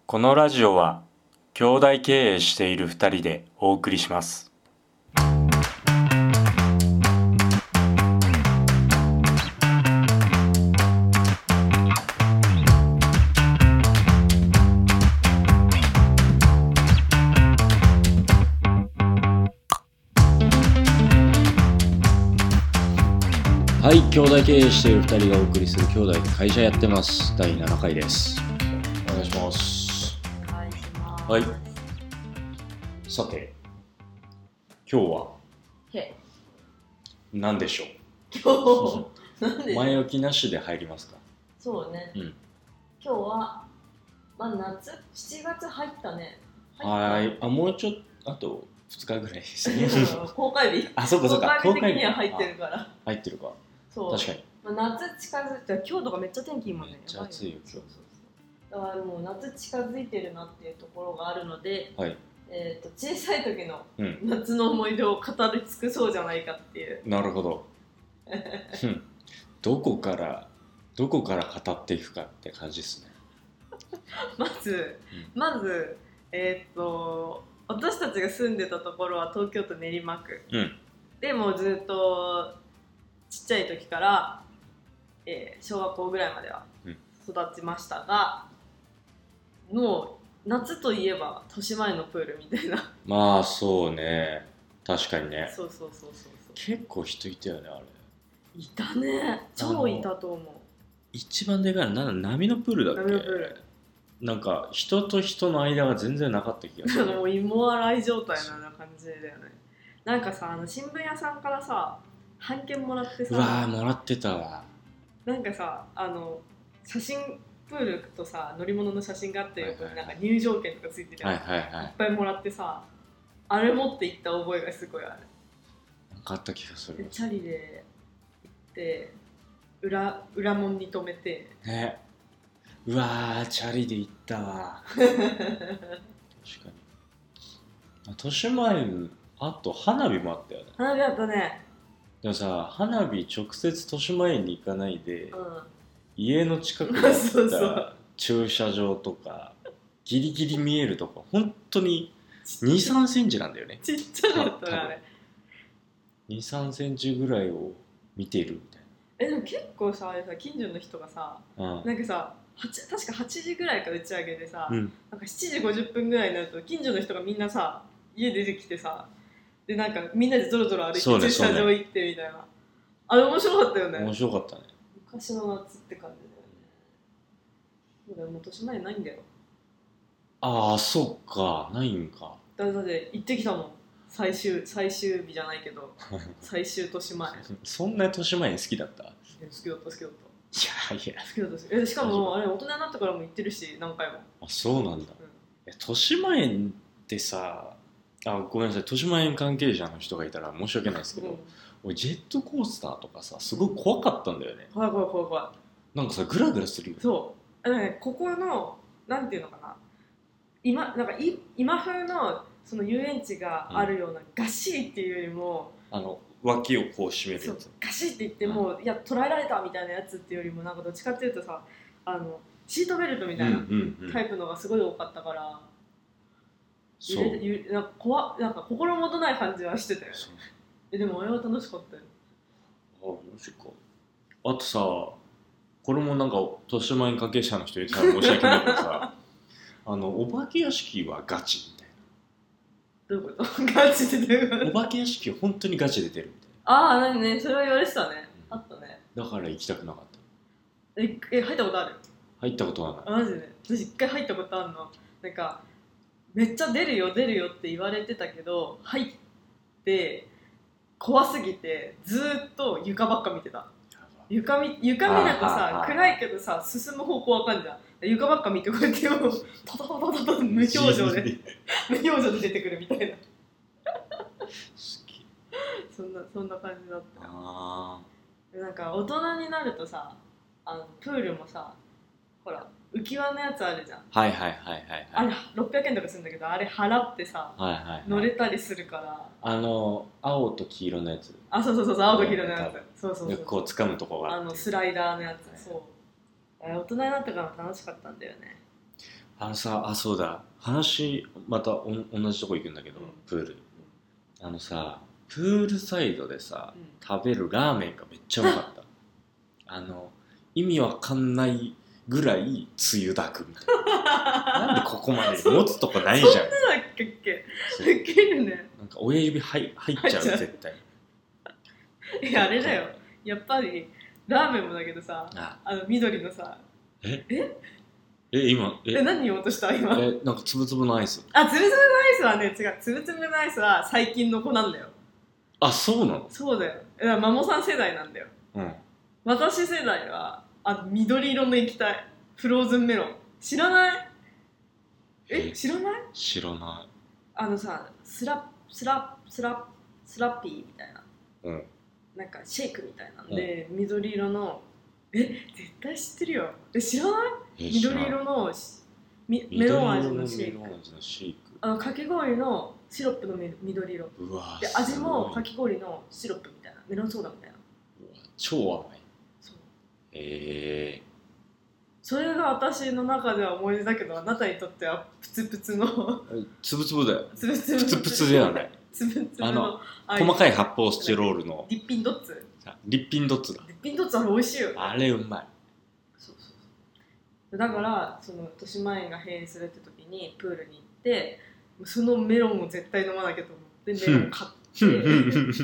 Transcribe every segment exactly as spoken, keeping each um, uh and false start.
このラジオは兄弟経営しているふたりでお送りします。 はい、兄弟経営しているふたりがお送りする兄弟で会社やってますだいななかいです。お願いします。 お願いします。 はい。さて、今日はへ何でしょう。 今日なんで前置きなしで入りますか。 そうね、 うん、 今日は、まあ、夏しちがつ入ったね。 はい。あ、もうちょっとあとふつかぐらいですね。 公開日あ、そうかそうか。 公開日的には入ってるから入ってるか。 そう確かに、 まあ、夏近づいて今日とかめっちゃ天気いいもんね。 めっちゃ暑いよ今日。 そうそうそうだからもう夏近づいてるなっていうところがあるので、 はい、 えー、と小さい時のうん夏の思い出を語り尽くそうじゃないかっていう。 なるほど。どこからどこから語っていくかって感じですね。 まず、うん、まずえっ、ー、と私たちが住んでたところは東京都練馬区、 うん、 でもうずっとちっちゃい時から、えー、小学校ぐらいまでは育ちましたが、うん、もう夏といえば豊島園のプールみたいな。 まあそうね、確かにね。 そうそうそうそうそう。 結構人いたよねあれ。 いたね、超いたと思う。 一番でかいのは波のプールだっけ。 波のプールなんか人と人の間が全然なかった気がする。 もう芋洗い状態な感じだよね。なんかさ、あの新聞屋さんからさ半券もらってさ、 うわーもらってたわ。 なんかさ、あの写真プールとさ乗り物の写真があって横になんか入場券とかついてるやつ、 はいはいはい、 いっぱいもらってさ、あれ持って行った覚えがすごいある。 なんかあった気がする。 でチャリで行って裏裏門に止めてね。うわーチャリで行ったわ。確かに。豊島園あと花火もあったよね。 花火あったね。 でもさ、花火直接豊島園に行かないで、 うん、 家の近くにあった駐車場とかギリギリ見えるとこ本当にに、さんセンチなんだよね。 ちっちゃかったねあれ。 に、さんセンチぐらいを見てるみたいな。 えでも結構さ、近所の人がさ、うん、なんかさはち確かはちじぐらいから打ち上げでさ、うん、なんかしちじごじゅっぷんぐらいになると近所の人がみんなさ家出てきてさ、でなんかみんなでゾロゾロ歩いて駐車場行ってみたいな、ね、あれ面白かったよね。 面白かったね。 昔の夏って感じだよね。そうだよ、もう豊島園ないんだよ。 ああそっか、ないんか。 だだって行ってきたもん、最終最終日じゃないけど最終豊島園。 そんな豊島園好きだった？好きだった好きだった。 いやいや好きだったし、えしかもあれ大人になってからも行ってるし何回も。 あ、そうなんだ、うん、豊島園ってさ、あ、ごめんなさい、豊島園関係者の人がいたら申し訳ないですけど、うん、俺ジェットコースターとかさすごい怖かったんだよね。 怖い怖い怖い怖い。 なんかさグラグラするよ。 そうあの、ね、ここのなんていうのかな、今なんかい今風のその遊園地があるような、うん、ガシーっていうよりもあの脇をこう締めるやつ、 ガシッって言っても、うん、いや捉えられたみたいなやつっていうよりもなんかどっちかっていうとさ、あのシートベルトみたいなタイプのがすごい多かったから、うんうんうん、そうゆれなんか怖なんか心もとない感じはしてたよね。えでもあれは楽しかったよ。 あ、マジか。あとさ、これもなんか豊島園関係者の人いたら申し訳ないけどさあのお化け屋敷はガチみたいな。どういうことガチで出る？ お化け屋敷は本当にガチで出るみたいな。 ああ、何ね、それは言われてたね、うん、あったね。 だから行きたくなかった。 え、え入ったことある？ 入ったことはない。 あ、マジで？私一回入ったことあるの。なんかめっちゃ出るよ出るよって言われてたけど入って怖すぎてずっと床ばっか見てた。床見、床見るとさ暗いけどさ進む方向わかんじゃん。床ばっか見てこうやってもうタタタタタタ無表情で無表情で出てくるみたいな好き。そんなそんな感じだった。あなんか大人になるとさ、あのプールもさほら浮き輪のやつあるじゃん。 はいはいはいはい、はい、 あれろっぴゃくえんとかするんだけど、あれ払ってさ、はいはいはい、乗れたりするから。 あの青と黄色のやつ。 あ、そうそうそうそう、青と黄色のやつ。そうそうそう。 こう掴むとこがあのスライダーのやつ。そう。大人になってから楽しかったんだよね。 あのさ、あ、そうだ、話またお同じとこ行くんだけど、 うんプール、あのさ、プールサイドでさ、 うん食べるラーメンがめっちゃうまかったあの意味わかんないぐらいつゆだくみたいななんでここまで持つとこないじゃんそんなだっけっけそうウケるね。 なんか親指入入っちゃう入っちゃう絶対いやあれだよ、やっぱりラーメンもだけどさ、 ああの緑のさ、 えええ今ええ何言おうとした今。 えなんかつぶつぶのアイスあ、つぶつぶのアイスはね、違う、つぶつぶのアイスは最近の子なんだよ。 あそうなのそうだよ。だからマモさん世代なんだよ。 うん私世代はあの緑色の液体、フローズンメロン。知らないえ、 え知らない知らなあのさ、スラッ、スラッ、スラッ、スラッピーみたいな。 いうんなんかシェイクみたいなんで、緑色の、え、絶対知ってるよ。え、知らないえ知らん緑色のしみメロン味のシェイク。 緑色のメロン味のシェイクあのかき氷のシロップのみ緑色。 うわで、味もかきき氷のシロップみたいな。メロンソーダみたいな。 超甘いそう。 えそれが私の中では思い出だけど、あなたにとってはプツプツのー、つぶつぶだよつぶつぶプツプツではないつぶつぶのあのアイス細かい発泡スチロールのリッピンドッツさリッピンドッツだリッピンドッツあれ美味しいよね。 あれうまいそうそうそうだからその豊島園が閉園するって時にプールに行ってそのメロンを絶対飲まなきゃと思ってメロン買ってラーメン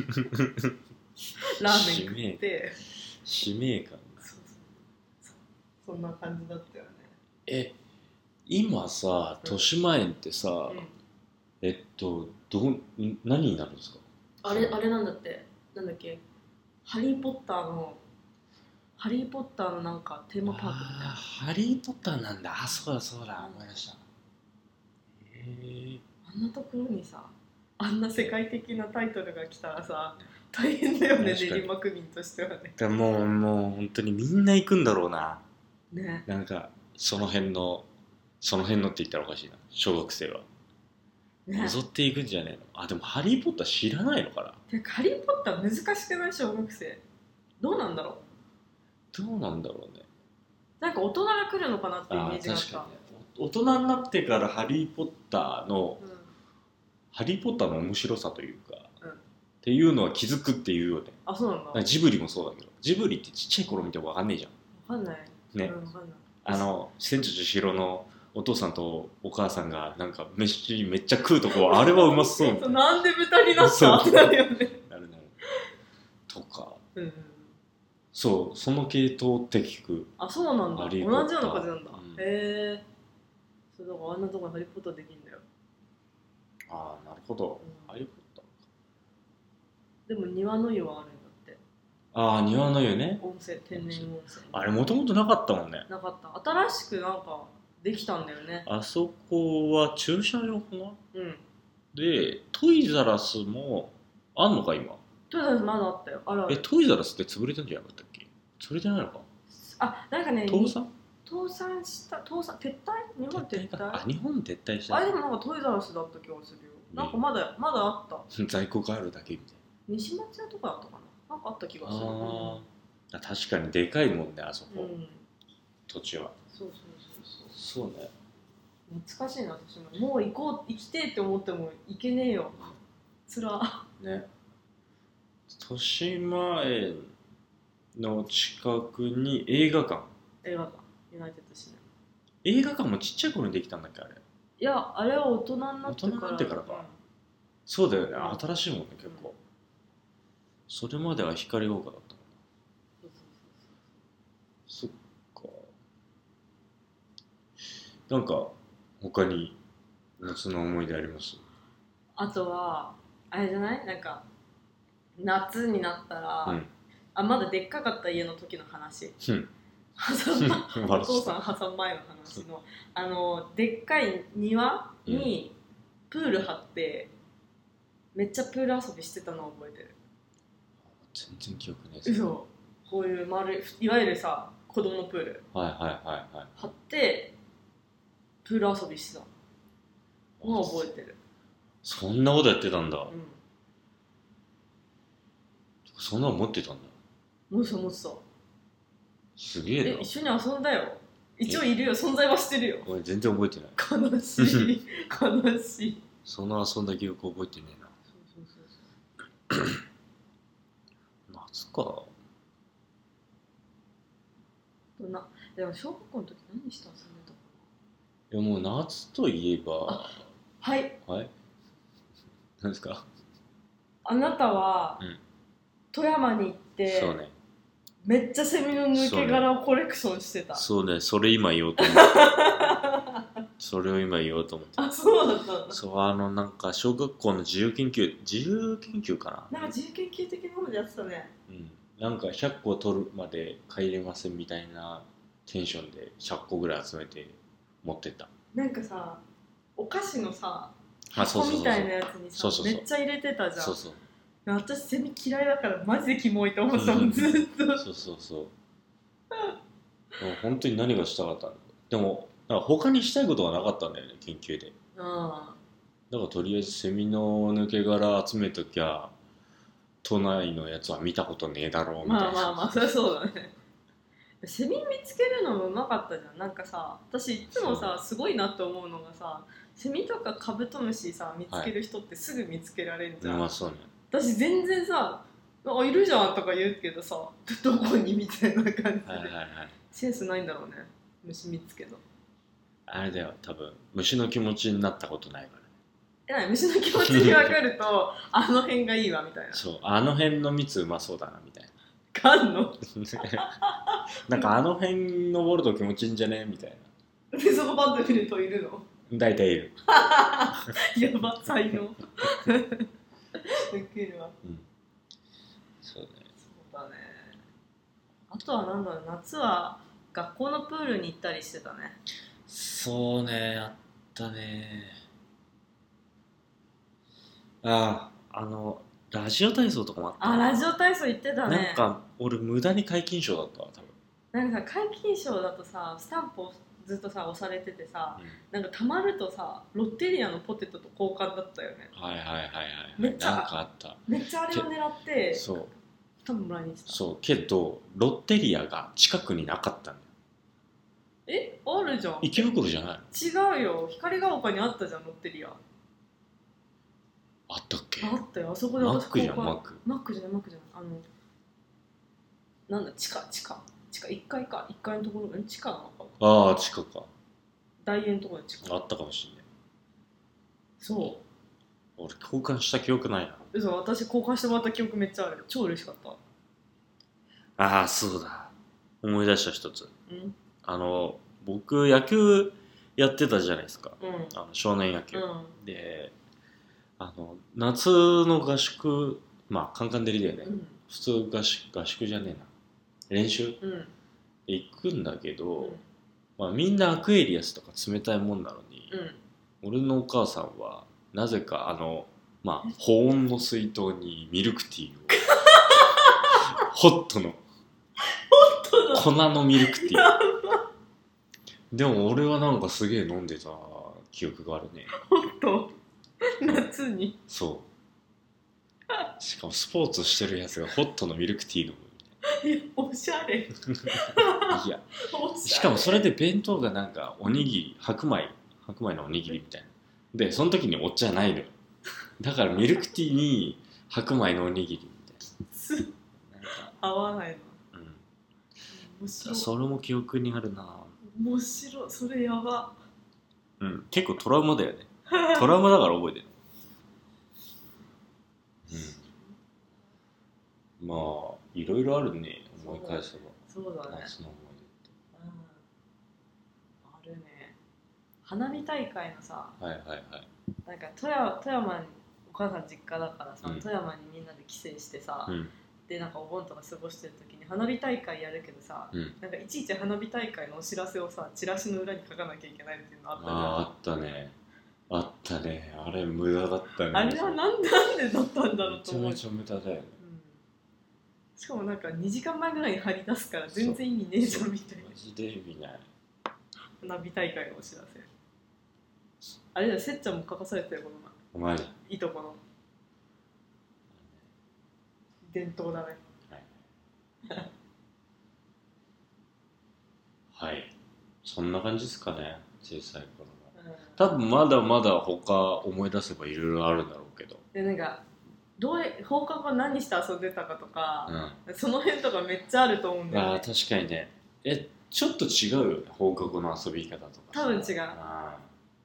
食って使命感そうそうそうそんな感じだったよね。 え今さ豊島園ってさ、 うんえっとどん何になるんですかあれあれなんだってなんだっけハリー・ポッターのハリー・ポッターのなんかテーマパークみたいあーな。 ハリー・ポッターなんだあそうだそうだ思い出したへえあんなところにさあんな世界的なタイトルが来たらさ大変だよね確かに練馬区民としてはね。 だもうもう本当にみんな行くんだろうなねなんかその辺のその辺のって言ったらおかしいな小学生はね覗っていくんじゃねえのあでもハリー・ポッター知らないのかなてかハリー・ポッター難しくない小学生どうなんだろどうなんだろうねうなんか大人が来るのかなっていうイメあージがあった確かにね大人になってからハリー・ポッターのうんハリー・ポッターの面白さというか、 うんっていうのは気づくっていうよねあそうなんだなんかジブリもそうだけどジブリってちっちゃい頃見ても分かんねえじゃんわかんないねうん、わかんないあの千と千尋のお父さんとお母さんがなんか飯めっちゃ食うとこあれはうまそうみたそいうななんで豚になっそうたってなるよねなるなるとかうんうんそうその系統って聞くあそうなんだ同じようハリーポッターな感じなんだ、 うんへえそうだからあんなとこにハリー・ポッターできるんだよ、 ああなるほど、 うんハリー・ポッターでも庭の湯はあるんだってああ庭の湯ね温泉天然温泉あれもともとなかったもんねなかった新しくなんかできたんだよねあそこは駐車場かなうんでトイザラスもあんのか今とりあえずまだあったよあるあえるトイザラスって潰れたんじゃなかったっけ潰れてないのかあなんかね倒産倒産した倒産撤退日本撤退あ日本撤退したあれでもなんかトイザらスだった気がするよなんかまだまだあった在庫があるだけみたい西松屋とかだったかななんかあった気がなするあー確かにでかいもんねあそこ、 うん土地はそうそうそうそうそうね懐かしいな私ももう行こう行きてえって思っても行けねえよつらね豊島園の近くに映画館映画館ユナイテッドシネマ映画館もちっちゃい頃にできたんだっけあれいやあれは大人になってから大人になってからかそうだよねうん新しいもんね結構、それまでは光が丘だったもんうんそうそうそっかなんか他に夏の思い出ありますあとはあれじゃないなんか夏になったら、 うんあまだでっかかった家の時の話うん挟んだお父さん挟む前の話のあのでっかい庭にプール張ってめっちゃプール遊びしてたのを覚えてる。 全然記憶ねえ嘘こういう丸いいわゆるさ子供のプールはいはいはいはい張ってプール遊びしてたのを覚えてる。 そんなことやってたんだ、 うそんなの持ってたんだんもうそう思ってた。 すげえなえ一緒に遊んだよ。 一応いるよ、存在はしてるよ。 俺全然覚えてない。 悲しい悲しい。 その遊んだ記憶覚えてねえな。 そうそうそう夏か。 そうな。でも小学校の時何して遊んでたかいやもう夏といえば、 な。はいはい何ですか。 あなたは、 うん富山に行ってそうねめっちゃセミの抜け殻をコレクションしてた。 そうねそれ今言おうと思ったそれを今言おうと思って。 あ、そうだったんだ。 そうあのなんか小学校の自由研究自由研究かな。 なんか自由研究的なのでやってたね。 うんなんかひゃっこ取るまで帰れませんみたいなテンションでひゃっこぐらい集めて持ってった。 なんかさ、お菓子のさあそうそうそうそう箱みたいなやつにさそうそうそうめっちゃ入れてたじゃん。 そうそう私セミ嫌いだからマジでキモいと思ってたもん、ずっと。 そうそうそうでも本当に何がしたかったんだ。でもなんか他にしたいことがなかったんだよね研究で。 あだからとりあえずセミの抜け殻集めときゃ都内のやつは見たことねえだろうみたいな。 まあまあまあそりゃそうだね。セミ見つけるのもうまかったじゃん。なんかさ、私いつもさすごいなって思うのがさ、セミとかカブトムシさ見つける人ってすぐ見つけられるじゃん、 まあそうね。 私全然さあいるじゃんとか言うけどさどこにみたいな感じで、 はいはいはい。 センスないんだろうね虫見つけど。 あれだよ多分虫の気持ちになったことないからね。 えなに虫の気持ちに分かるとあの辺がいいわみたいな。 そうあの辺の蜜うまそうだなみたいな。 かんのなんかあの辺登ると気持ちいいんじゃねみたいな。 でそこパッと見るといるの大体いる。 やば才能できるわ。 うんそうね。 そうだね。あとはなんだろう、夏は学校のプールに行ったりしてたね。 そうねあったね。あああのラジオ体操とかもあったあ、 な。 ラジオ体操行ってたね。 なんか俺無駄に皆勤賞だったわ多分。 なんかさ、皆勤賞だとさスタンプをずっとさ押されててさ、 うんなんかたまるとさロッテリアのポテトと交換だったよね。 はいはいはいはいめっちゃなんかあった。 めっちゃあれを狙ってそう多分もらいにした。 そうけどロッテリアが近くになかったんだよ。 え、あるじゃん。 池袋じゃないの？ 違うよ、光が丘にあったじゃんロッテリア。 あったっけ？ あったよ、あそこで私マックじゃん交換マック。 マックじゃないマックじゃない、あのなんだ地下地下地下いっかいかいっかいのところん地下なのかああ近くか。 大円のところで地下。 あったかもしんない。 そ俺交換した記憶ないな。 う嘘、私交換してもらった記憶めっちゃある。超嬉しかった。 ああそうだ思い出した一つ。 うんあの僕野球やってたじゃないですか。 うんあの少年野球、 うんであの夏の合宿まあカンカン照りだよね、 うん普通合宿合宿じゃねえな練習うんで行くんだけど、 うんまあ、みんなアクエリアスとか冷たいもんなのに、 うん俺のお母さんはなぜかあのまあ保温の水筒にミルクティーをホットの粉のミルクティーでも俺はなんかすげえ飲んでた記憶があるね。 ほんと夏にそうしかもスポーツしてるやつがホットのミルクティー飲むいやおしゃれいやおしゃれしかもそれで弁当がなんかおにぎり白米白米のおにぎりみたいなでその時にお茶ないのよ。だからミルクティーに白米のおにぎりみたいななんか合わないの。 うん面白いそれも記憶にあるな。 面白い、それやば。 うん結構トラウマだよね。トラウマだから覚えてる。うんまあいろいろあるね思い返せば。 そうだね。 夏の思いうんあるね。花火大会のさ、 出はいはいはいなんか富山富山にお母さん実家だからさ、 うん富山にみんなで帰省してさ、 うんでなんかお盆とか過ごしてる時に花火大会やるけどさ、 うんなんかいちいち花火大会のお知らせをさチラシの裏に書かなきゃいけないっていうのあったじゃん。 あーあったねあったねあれ無駄だったね。 あれはなんでなんでだったんだろうめと思う。 ちゃめちゃ無駄だよね。 うんしかもなんかにじかんまえぐらいに張り出すから全然意味ねえじゃんみたいな。 マジで意味ない。 花火大会のお知らせ。あれだよ、せっちゃんも書かされたよこのお前前。いとこの伝統だね。 はいそんな感じですかね、小さい頃は。 うん、 多分まだまだ他思い出せばいろいろあるんだろうけど。 でなんかどう放課後何して遊んでたかとうか、 ん。 その辺とかめっちゃあると思うんだよああ、 ね。 確かにね。え、ちょっと違うよね、放課後の遊び方とかさ。 多分違う。 あ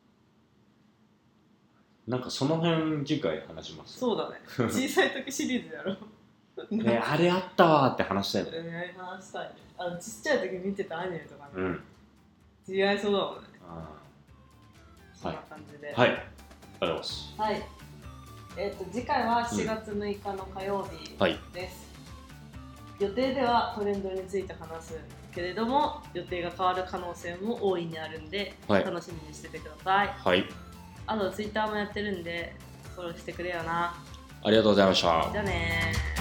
ーなんかその辺次回話します。 そうだね。小さい時シリーズやろう。 ね、あれあったわーって話したよね。 うん、話したいね。あのちっちゃい時見てたアニメとかね、 うん。 違いそうだもんね。 あそんな感じで。 ーはい。ありがとうございます。 はい。えっ、と次回はしがつむいかの火曜日はい。 です。予定ではトレンドについて話すけれども、予定が変わる可能性も大いにあるんで、 はい楽しみにしててください。 はい。 あとツイッターもやってるんでフォローしてくれよな。 ありがとうございました。 じゃあねー。